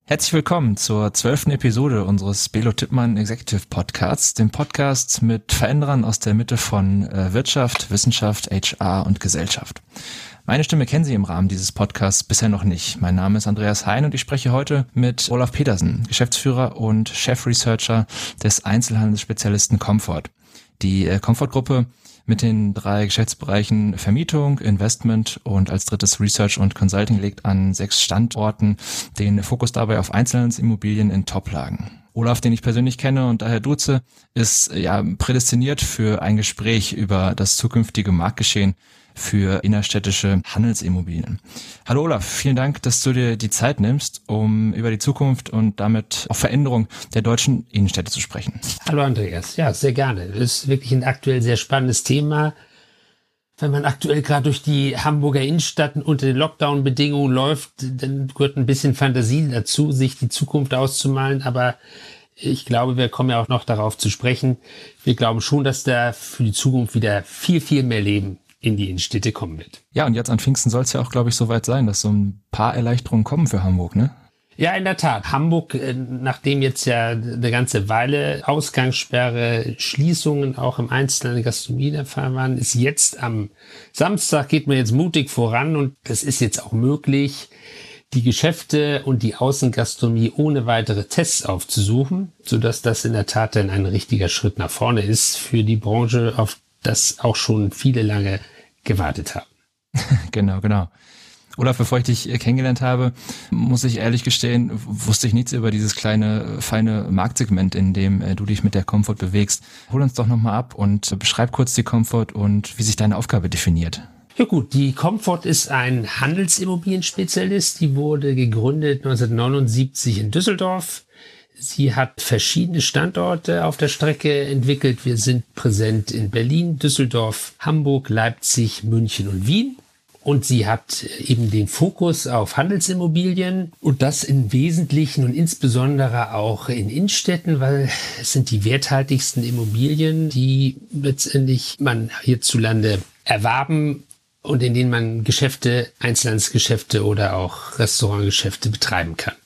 Herzlich willkommen zur 12. Episode unseres Belo Tippmann Executive Podcasts, dem Podcast mit Veränderern aus der Mitte von Wirtschaft, Wissenschaft, HR und Gesellschaft. Meine Stimme kennen Sie im Rahmen dieses Podcasts bisher noch nicht. Mein Name ist Andreas Hein und ich spreche heute mit Olaf Petersen, Geschäftsführer und Chefresearcher des Einzelhandelsspezialisten Comfort. Die Comfort-Gruppe mit den 3 Geschäftsbereichen Vermietung, Investment und als drittes Research und Consulting legt an 6 Standorten den Fokus dabei auf Einzelhandelsimmobilien in Toplagen. Olaf, den ich persönlich kenne und daher duze, ist prädestiniert für ein Gespräch über das zukünftige Marktgeschehen für innerstädtische Handelsimmobilien. Hallo Olaf, vielen Dank, dass du dir die Zeit nimmst, um über die Zukunft und damit auch Veränderung der deutschen Innenstädte zu sprechen. Hallo Andreas, ja, sehr gerne. Das ist wirklich ein aktuell sehr spannendes Thema. Wenn man aktuell gerade durch die Hamburger Innenstadt unter den Lockdown-Bedingungen läuft, dann gehört ein bisschen Fantasie dazu, sich die Zukunft auszumalen, aber ich glaube, wir kommen ja auch noch darauf zu sprechen. Wir glauben schon, dass da für die Zukunft wieder viel, viel mehr Leben in die Innenstädte kommen wird. Ja, und jetzt an Pfingsten soll es ja auch, glaube ich, soweit sein, dass so ein paar Erleichterungen kommen für Hamburg, ne? Ja, in der Tat. Hamburg, nachdem jetzt ja eine ganze Weile Ausgangssperre, Schließungen auch im Einzelhandel Gastronomie der Fall waren, ist jetzt am Samstag, geht man jetzt mutig voran und das ist jetzt auch möglich, die Geschäfte und die Außengastronomie ohne weitere Tests aufzusuchen, sodass das in der Tat dann ein richtiger Schritt nach vorne ist für die Branche, auf das auch schon viele lange gewartet haben. Genau. Olaf, bevor ich dich kennengelernt habe, muss ich ehrlich gestehen, wusste ich nichts über dieses kleine, feine Marktsegment, in dem du dich mit der Comfort bewegst. Hol uns doch nochmal ab und beschreib kurz die Comfort und wie sich deine Aufgabe definiert. Ja gut, die Comfort ist ein Handelsimmobilienspezialist. Die wurde gegründet 1979 in Düsseldorf. Sie hat verschiedene Standorte auf der Strecke entwickelt. Wir sind präsent in Berlin, Düsseldorf, Hamburg, Leipzig, München und Wien. Und sie hat eben den Fokus auf Handelsimmobilien und das im Wesentlichen und insbesondere auch in Innenstädten, weil es sind die werthaltigsten Immobilien, die letztendlich man hierzulande erwarben und in denen man Geschäfte, Einzelhandelsgeschäfte oder auch Restaurantgeschäfte betreiben kann.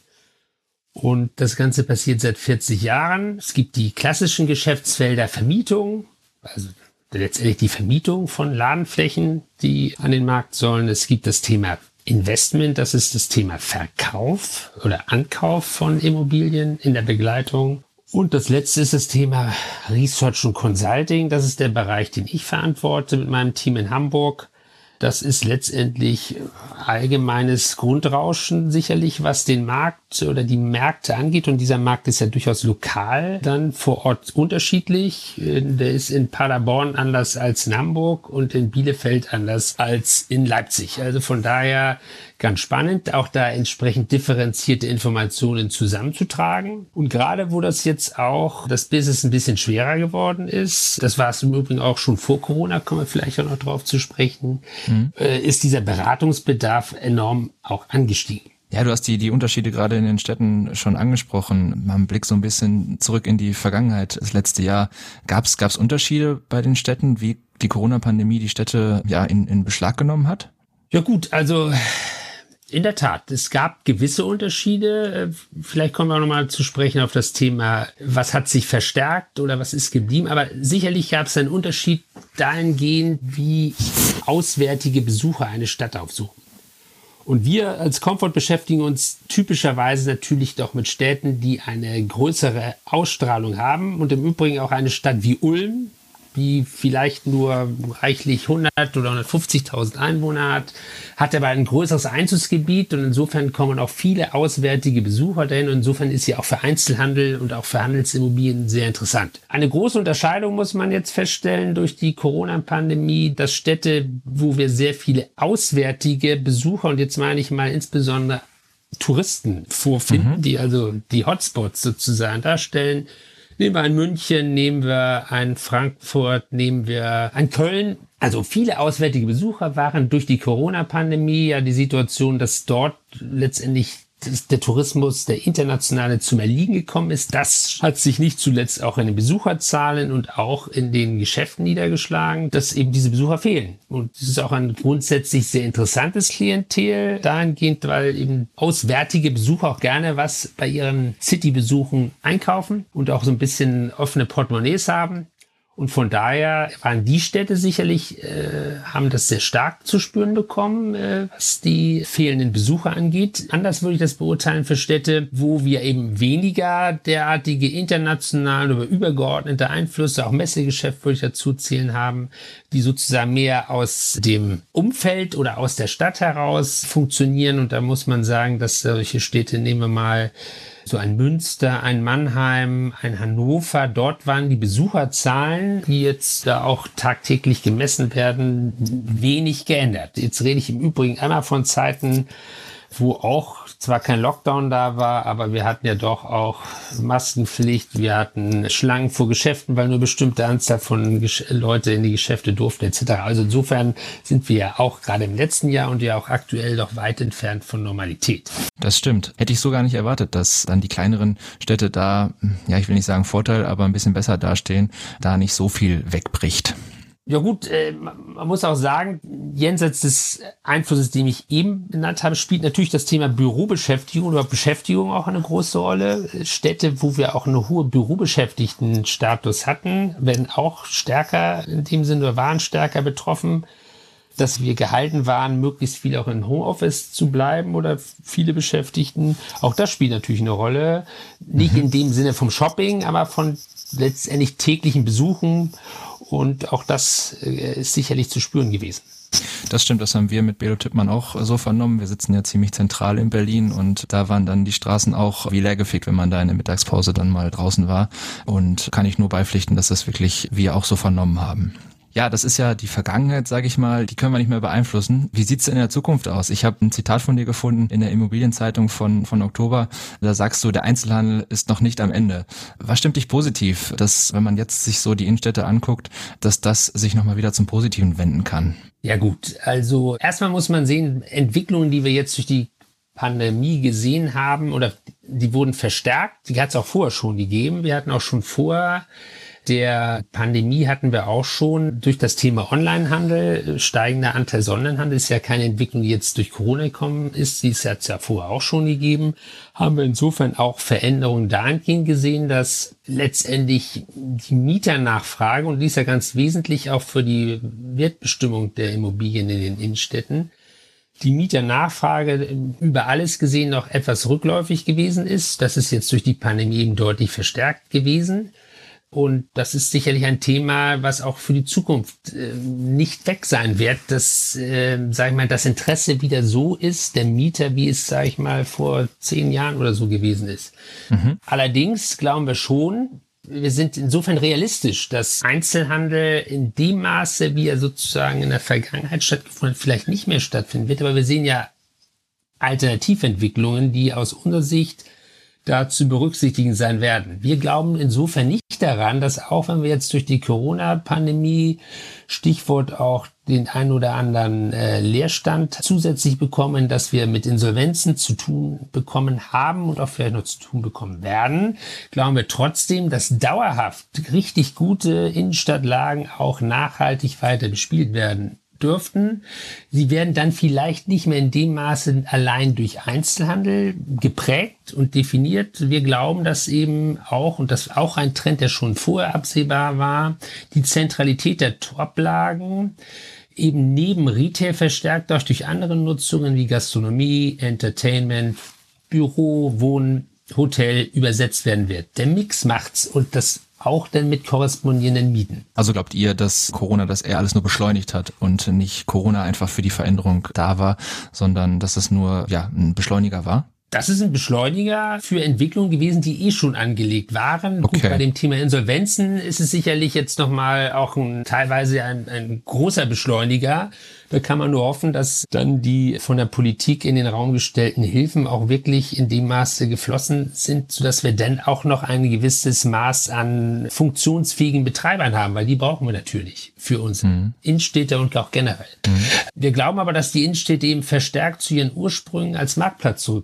Und das Ganze passiert seit 40 Jahren. Es gibt die klassischen Geschäftsfelder Vermietung, also letztendlich die Vermietung von Ladenflächen, die an den Markt sollen. Es gibt das Thema Investment, das ist das Thema Verkauf oder Ankauf von Immobilien in der Begleitung. Und das letzte ist das Thema Research und Consulting. Das ist der Bereich, den ich verantworte mit meinem Team in Hamburg. Das ist letztendlich allgemeines Grundrauschen sicherlich, was den Markt oder die Märkte angeht. Und dieser Markt ist ja durchaus lokal dann vor Ort unterschiedlich. Der ist in Paderborn anders als in Hamburg und in Bielefeld anders als in Leipzig. Also von daher ganz spannend, auch da entsprechend differenzierte Informationen zusammenzutragen. Und gerade wo das jetzt auch das Business ein bisschen schwerer geworden ist, das war es im Übrigen auch schon vor Corona, kommen wir vielleicht auch noch drauf zu sprechen, ist dieser Beratungsbedarf enorm auch angestiegen. Ja, du hast die Unterschiede gerade in den Städten schon angesprochen. Mal einen Blick so ein bisschen zurück in die Vergangenheit, das letzte Jahr. Gab's Unterschiede bei den Städten, wie die Corona-Pandemie die Städte in Beschlag genommen hat? Ja gut, also in der Tat, es gab gewisse Unterschiede. Vielleicht kommen wir auch nochmal zu sprechen auf das Thema, was hat sich verstärkt oder was ist geblieben. Aber sicherlich gab es einen Unterschied dahingehend, wie auswärtige Besucher eine Stadt aufsuchen. Und wir als Comfort beschäftigen uns typischerweise natürlich doch mit Städten, die eine größere Ausstrahlung haben. Und im Übrigen auch eine Stadt wie Ulm, die vielleicht nur reichlich 100 oder 150.000 Einwohner hat aber ein größeres Einzugsgebiet und insofern kommen auch viele auswärtige Besucher dahin und insofern ist sie auch für Einzelhandel und auch für Handelsimmobilien sehr interessant. Eine große Unterscheidung muss man jetzt feststellen durch die Corona-Pandemie, dass Städte, wo wir sehr viele auswärtige Besucher und jetzt meine ich mal insbesondere Touristen vorfinden, die also die Hotspots sozusagen darstellen. Nehmen wir ein München, nehmen wir ein Frankfurt, nehmen wir ein Köln. Also viele auswärtige Besucher waren durch die Corona-Pandemie ja die Situation, dass dort letztendlich dass der Tourismus, der internationale, zum Erliegen gekommen ist. Das hat sich nicht zuletzt auch in den Besucherzahlen und auch in den Geschäften niedergeschlagen, dass eben diese Besucher fehlen. Und das ist auch ein grundsätzlich sehr interessantes Klientel dahingehend, weil eben auswärtige Besucher auch gerne was bei ihren City-Besuchen einkaufen und auch so ein bisschen offene Portemonnaies haben. Und von daher waren die Städte sicherlich, haben das sehr stark zu spüren bekommen, was die fehlenden Besucher angeht. Anders würde ich das beurteilen für Städte, wo wir eben weniger derartige internationale oder übergeordnete Einflüsse, auch Messegeschäft würde ich dazu zählen haben, die sozusagen mehr aus dem Umfeld oder aus der Stadt heraus funktionieren. Und da muss man sagen, dass solche Städte, nehmen wir mal so ein Münster, ein Mannheim, ein Hannover, dort waren die Besucherzahlen, die jetzt da auch tagtäglich gemessen werden, wenig geändert. Jetzt rede ich im Übrigen einmal von Zeiten, wo auch zwar kein Lockdown da war, aber wir hatten ja doch auch Maskenpflicht, wir hatten Schlangen vor Geschäften, weil nur bestimmte Anzahl von Leute in die Geschäfte durften etc. Also insofern sind wir ja auch gerade im letzten Jahr und ja auch aktuell noch weit entfernt von Normalität. Das stimmt. Hätte ich so gar nicht erwartet, dass dann die kleineren Städte da, ja, ich will nicht sagen Vorteil, aber ein bisschen besser dastehen, da nicht so viel wegbricht. Ja gut, man muss auch sagen, jenseits des Einflusses, den ich eben genannt habe, spielt natürlich das Thema Bürobeschäftigung oder Beschäftigung auch eine große Rolle. Städte, wo wir auch eine hohe Bürobeschäftigtenstatus hatten, werden auch stärker in dem Sinne oder waren stärker betroffen, dass wir gehalten waren, möglichst viel auch in Homeoffice zu bleiben oder viele Beschäftigten. Auch das spielt natürlich eine Rolle. Nicht in dem Sinne vom Shopping, aber von letztendlich täglichen Besuchen. Und auch das ist sicherlich zu spüren gewesen. Das stimmt, das haben wir mit Belo Tippmann auch so vernommen. Wir sitzen ja ziemlich zentral in Berlin und da waren dann die Straßen auch wie leergefegt, wenn man da in der Mittagspause dann mal draußen war. Und kann ich nur beipflichten, dass das wirklich wir auch so vernommen haben. Ja, das ist ja die Vergangenheit, sage ich mal, die können wir nicht mehr beeinflussen. Wie sieht's denn in der Zukunft aus? Ich habe ein Zitat von dir gefunden in der Immobilienzeitung von Oktober. Da sagst du, der Einzelhandel ist noch nicht am Ende. Was stimmt dich positiv, dass, wenn man jetzt sich so die Innenstädte anguckt, dass das sich nochmal wieder zum Positiven wenden kann? Ja gut, also erstmal muss man sehen, Entwicklungen, die wir jetzt durch die Pandemie gesehen haben, oder die wurden verstärkt, die hat es auch vorher schon gegeben. Wir hatten auch schon vor der Pandemie hatten wir auch schon durch das Thema Onlinehandel, steigender Anteil Onlinehandel, ist ja keine Entwicklung, die jetzt durch Corona gekommen ist, die hat es ja vorher auch schon gegeben, haben wir insofern auch Veränderungen dahingehend gesehen, dass letztendlich die Mieternachfrage, und die ist ja ganz wesentlich auch für die Wertbestimmung der Immobilien in den Innenstädten, die Mieternachfrage über alles gesehen noch etwas rückläufig gewesen ist. Das ist jetzt durch die Pandemie eben deutlich verstärkt gewesen. Und das ist sicherlich ein Thema, was auch für die Zukunft nicht weg sein wird, dass, sag ich mal, das Interesse wieder so ist, der Mieter, wie es, sag ich mal, vor 10 Jahren oder so gewesen ist. Allerdings glauben wir schon, wir sind insofern realistisch, dass Einzelhandel in dem Maße, wie er sozusagen in der Vergangenheit stattgefunden hat, vielleicht nicht mehr stattfinden wird. Aber wir sehen ja Alternativentwicklungen, die aus unserer Sicht da zu berücksichtigen sein werden. Wir glauben insofern nicht daran, dass auch wenn wir jetzt durch die Corona-Pandemie, Stichwort auch den ein oder anderen Leerstand zusätzlich bekommen, dass wir mit Insolvenzen zu tun bekommen haben und auch vielleicht noch zu tun bekommen werden, glauben wir trotzdem, dass dauerhaft richtig gute Innenstadtlagen auch nachhaltig weiter bespielt werden dürften. Sie werden dann vielleicht nicht mehr in dem Maße allein durch Einzelhandel geprägt und definiert. Wir glauben, dass eben auch, und das auch ein Trend, der schon vorher absehbar war, die Zentralität der Toplagen eben neben Retail verstärkt auch durch andere Nutzungen wie Gastronomie, Entertainment, Büro, Wohnen, Hotel übersetzt werden wird. Der Mix macht's und das auch dann mit korrespondierenden Mieten. Also glaubt ihr, dass Corona das eher alles nur beschleunigt hat und nicht Corona einfach für die Veränderung da war, sondern dass es nur ein Beschleuniger war? Das ist ein Beschleuniger für Entwicklungen gewesen, die schon angelegt waren. Okay. Gut, bei dem Thema Insolvenzen ist es sicherlich jetzt nochmal auch teilweise ein großer Beschleuniger. Da kann man nur hoffen, dass dann die von der Politik in den Raum gestellten Hilfen auch wirklich in dem Maße geflossen sind, sodass wir dann auch noch ein gewisses Maß an funktionsfähigen Betreibern haben, weil die brauchen wir natürlich für uns Innenstädte und auch generell. Wir glauben aber, dass die Innenstädte eben verstärkt zu ihren Ursprüngen als Marktplatz zurückkehren.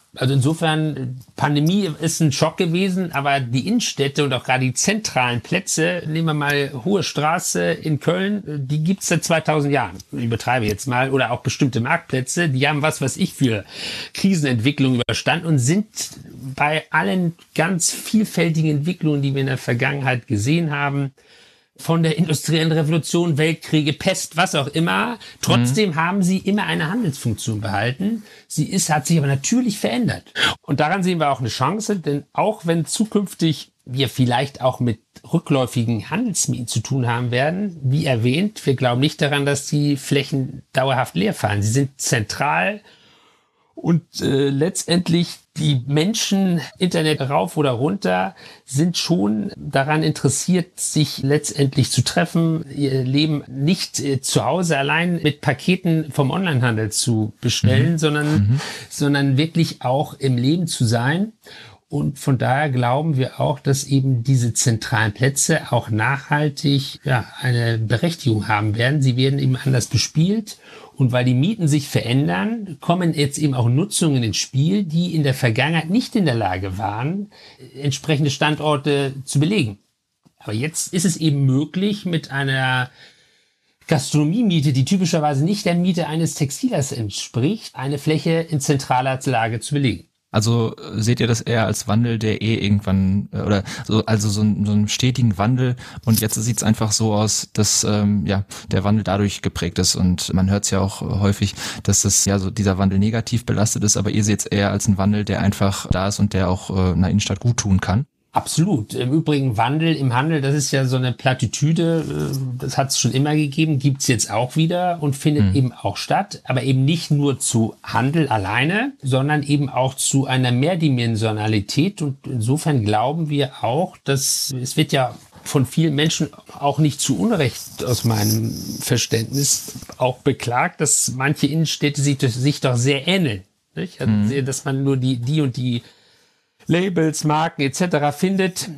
Also insofern, Pandemie ist ein Schock gewesen, aber die Innenstädte und auch gerade die zentralen Plätze, nehmen wir mal Hohe Straße in Köln, die gibt's seit 2000 Jahren. Ich übertreibe jetzt mal. Oder auch bestimmte Marktplätze, die haben was weiß ich für Krisenentwicklung überstanden und sind bei allen ganz vielfältigen Entwicklungen, die wir in der Vergangenheit gesehen haben, von der industriellen Revolution, Weltkriege, Pest, was auch immer. Trotzdem haben sie immer eine Handelsfunktion behalten. Hat sich aber natürlich verändert. Und daran sehen wir auch eine Chance, denn auch wenn zukünftig wir vielleicht auch mit rückläufigen Handelsmieten zu tun haben werden, wie erwähnt, wir glauben nicht daran, dass die Flächen dauerhaft leer fallen. Sie sind zentral und letztendlich die Menschen, Internet rauf oder runter, sind schon daran interessiert, sich letztendlich zu treffen, ihr Leben nicht zu Hause allein mit Paketen vom Onlinehandel zu bestellen, sondern wirklich auch im Leben zu sein. Und von daher glauben wir auch, dass eben diese zentralen Plätze auch nachhaltig eine Berechtigung haben werden. Sie werden eben anders bespielt. Und weil die Mieten sich verändern, kommen jetzt eben auch Nutzungen ins Spiel, die in der Vergangenheit nicht in der Lage waren, entsprechende Standorte zu belegen. Aber jetzt ist es eben möglich, mit einer Gastronomiemiete, die typischerweise nicht der Miete eines Textilers entspricht, eine Fläche in zentraler Lage zu belegen. Also seht ihr das eher als Wandel, der irgendwann oder so, also so einen stetigen Wandel, und jetzt sieht es einfach so aus, dass der Wandel dadurch geprägt ist, und man hört es ja auch häufig, dass das so dieser Wandel negativ belastet ist, aber ihr seht es eher als einen Wandel, der einfach da ist und der auch einer Innenstadt gut tun kann. Absolut. Im Übrigen Wandel im Handel, das ist ja so eine Plattitüde, das hat es schon immer gegeben, gibt's jetzt auch wieder und findet eben auch statt, aber eben nicht nur zu Handel alleine, sondern eben auch zu einer Mehrdimensionalität, und insofern glauben wir auch, dass es wird ja von vielen Menschen auch nicht zu Unrecht aus meinem Verständnis auch beklagt, dass manche Innenstädte sich doch sehr ähneln. Nicht? Also, dass man nur die und die Labels, Marken etc. findet.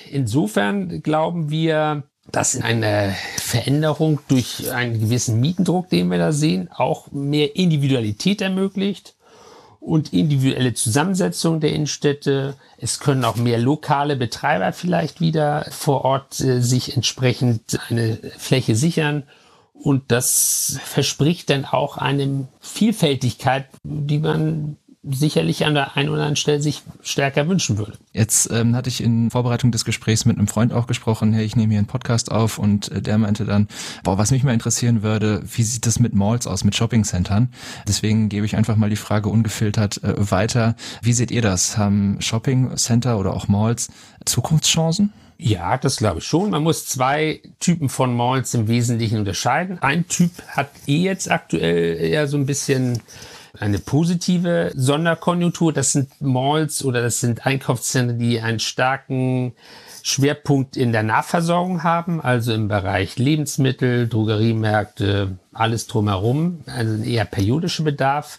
Insofern glauben wir, dass eine Veränderung durch einen gewissen Mietendruck, den wir da sehen, auch mehr Individualität ermöglicht und individuelle Zusammensetzung der Innenstädte. Es können auch mehr lokale Betreiber vielleicht wieder vor Ort sich entsprechend eine Fläche sichern. Und das verspricht dann auch eine Vielfältigkeit, die man sicherlich an der einen oder anderen Stelle sich stärker wünschen würde. Jetzt hatte ich in Vorbereitung des Gesprächs mit einem Freund auch gesprochen, hey, ich nehme hier einen Podcast auf, und der meinte dann, was mich mal interessieren würde, wie sieht das mit Malls aus, mit Shoppingcentern? Deswegen gebe ich einfach mal die Frage ungefiltert weiter. Wie seht ihr das? Haben Shoppingcenter oder auch Malls Zukunftschancen? Ja, das glaube ich schon. Man muss zwei Typen von Malls im Wesentlichen unterscheiden. Ein Typ hat jetzt aktuell eher so ein bisschen eine positive Sonderkonjunktur. Das sind Malls oder das sind Einkaufszentren, die einen starken Schwerpunkt in der Nahversorgung haben, also im Bereich Lebensmittel, Drogeriemärkte, alles drumherum, also ein eher periodischer Bedarf.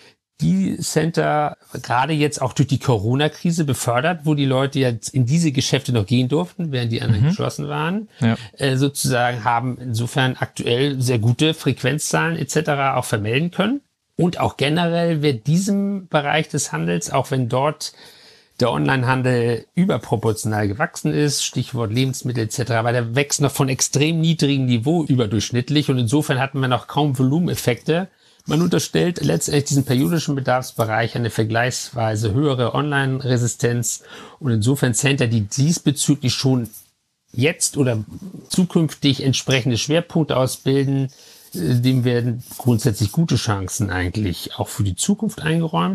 Die Center, gerade jetzt auch durch die Corona-Krise befördert, wo die Leute jetzt in diese Geschäfte noch gehen durften, während die anderen geschlossen waren, sozusagen haben insofern aktuell sehr gute Frequenzzahlen etc. auch vermelden können. Und auch generell wird diesem Bereich des Handels, auch wenn dort der Onlinehandel überproportional gewachsen ist, Stichwort Lebensmittel etc., aber der wächst noch von extrem niedrigem Niveau überdurchschnittlich, und insofern hatten wir noch kaum Volumeneffekte. Man unterstellt letztendlich diesen periodischen Bedarfsbereich eine vergleichsweise höhere Online-Resistenz, und insofern Center, die diesbezüglich schon jetzt oder zukünftig entsprechende Schwerpunkte ausbilden, dem werden grundsätzlich gute Chancen eigentlich auch für die Zukunft eingeräumt.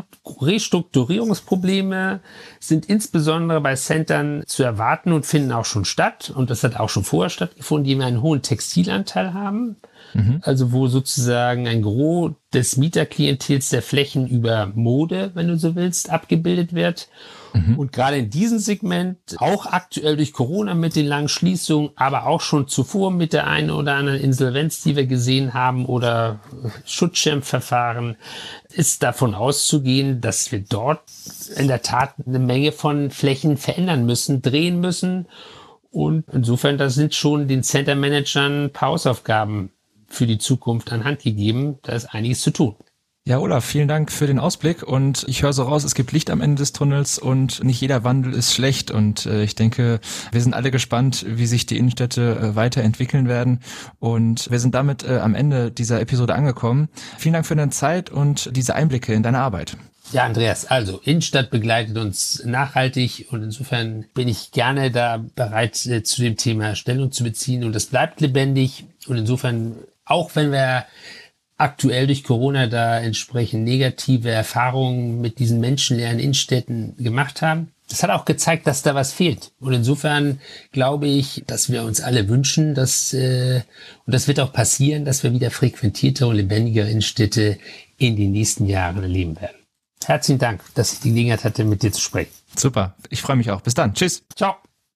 Restrukturierungsprobleme sind insbesondere bei Centern zu erwarten und finden auch schon statt. Und das hat auch schon vorher stattgefunden, die einen hohen Textilanteil haben. Also wo sozusagen ein Gros des Mieterklientels der Flächen über Mode, wenn du so willst, abgebildet wird. Und gerade in diesem Segment, auch aktuell durch Corona mit den langen Schließungen, aber auch schon zuvor mit der einen oder anderen Insolvenz, die wir gesehen haben, oder Schutzschirmverfahren, ist davon auszugehen, dass wir dort in der Tat eine Menge von Flächen verändern müssen, drehen müssen. Und insofern, da sind schon den Center-Managern ein paar Hausaufgaben für die Zukunft an Hand gegeben. Da ist einiges zu tun. Ja, Olaf, vielen Dank für den Ausblick und ich höre so raus, es gibt Licht am Ende des Tunnels und nicht jeder Wandel ist schlecht und ich denke, wir sind alle gespannt, wie sich die Innenstädte weiterentwickeln werden und wir sind damit am Ende dieser Episode angekommen. Vielen Dank für deine Zeit und diese Einblicke in deine Arbeit. Ja, Andreas, also Innenstadt begleitet uns nachhaltig und insofern bin ich gerne da bereit, zu dem Thema Stellung zu beziehen und das bleibt lebendig und insofern, auch wenn wir aktuell durch Corona da entsprechend negative Erfahrungen mit diesen menschenleeren Innenstädten gemacht haben. Das hat auch gezeigt, dass da was fehlt. Und insofern glaube ich, dass wir uns alle wünschen, dass, und das wird auch passieren, dass wir wieder frequentiertere und lebendigere Innenstädte in den nächsten Jahren erleben werden. Herzlichen Dank, dass ich die Gelegenheit hatte, mit dir zu sprechen. Super, ich freue mich auch. Bis dann. Tschüss. Ciao.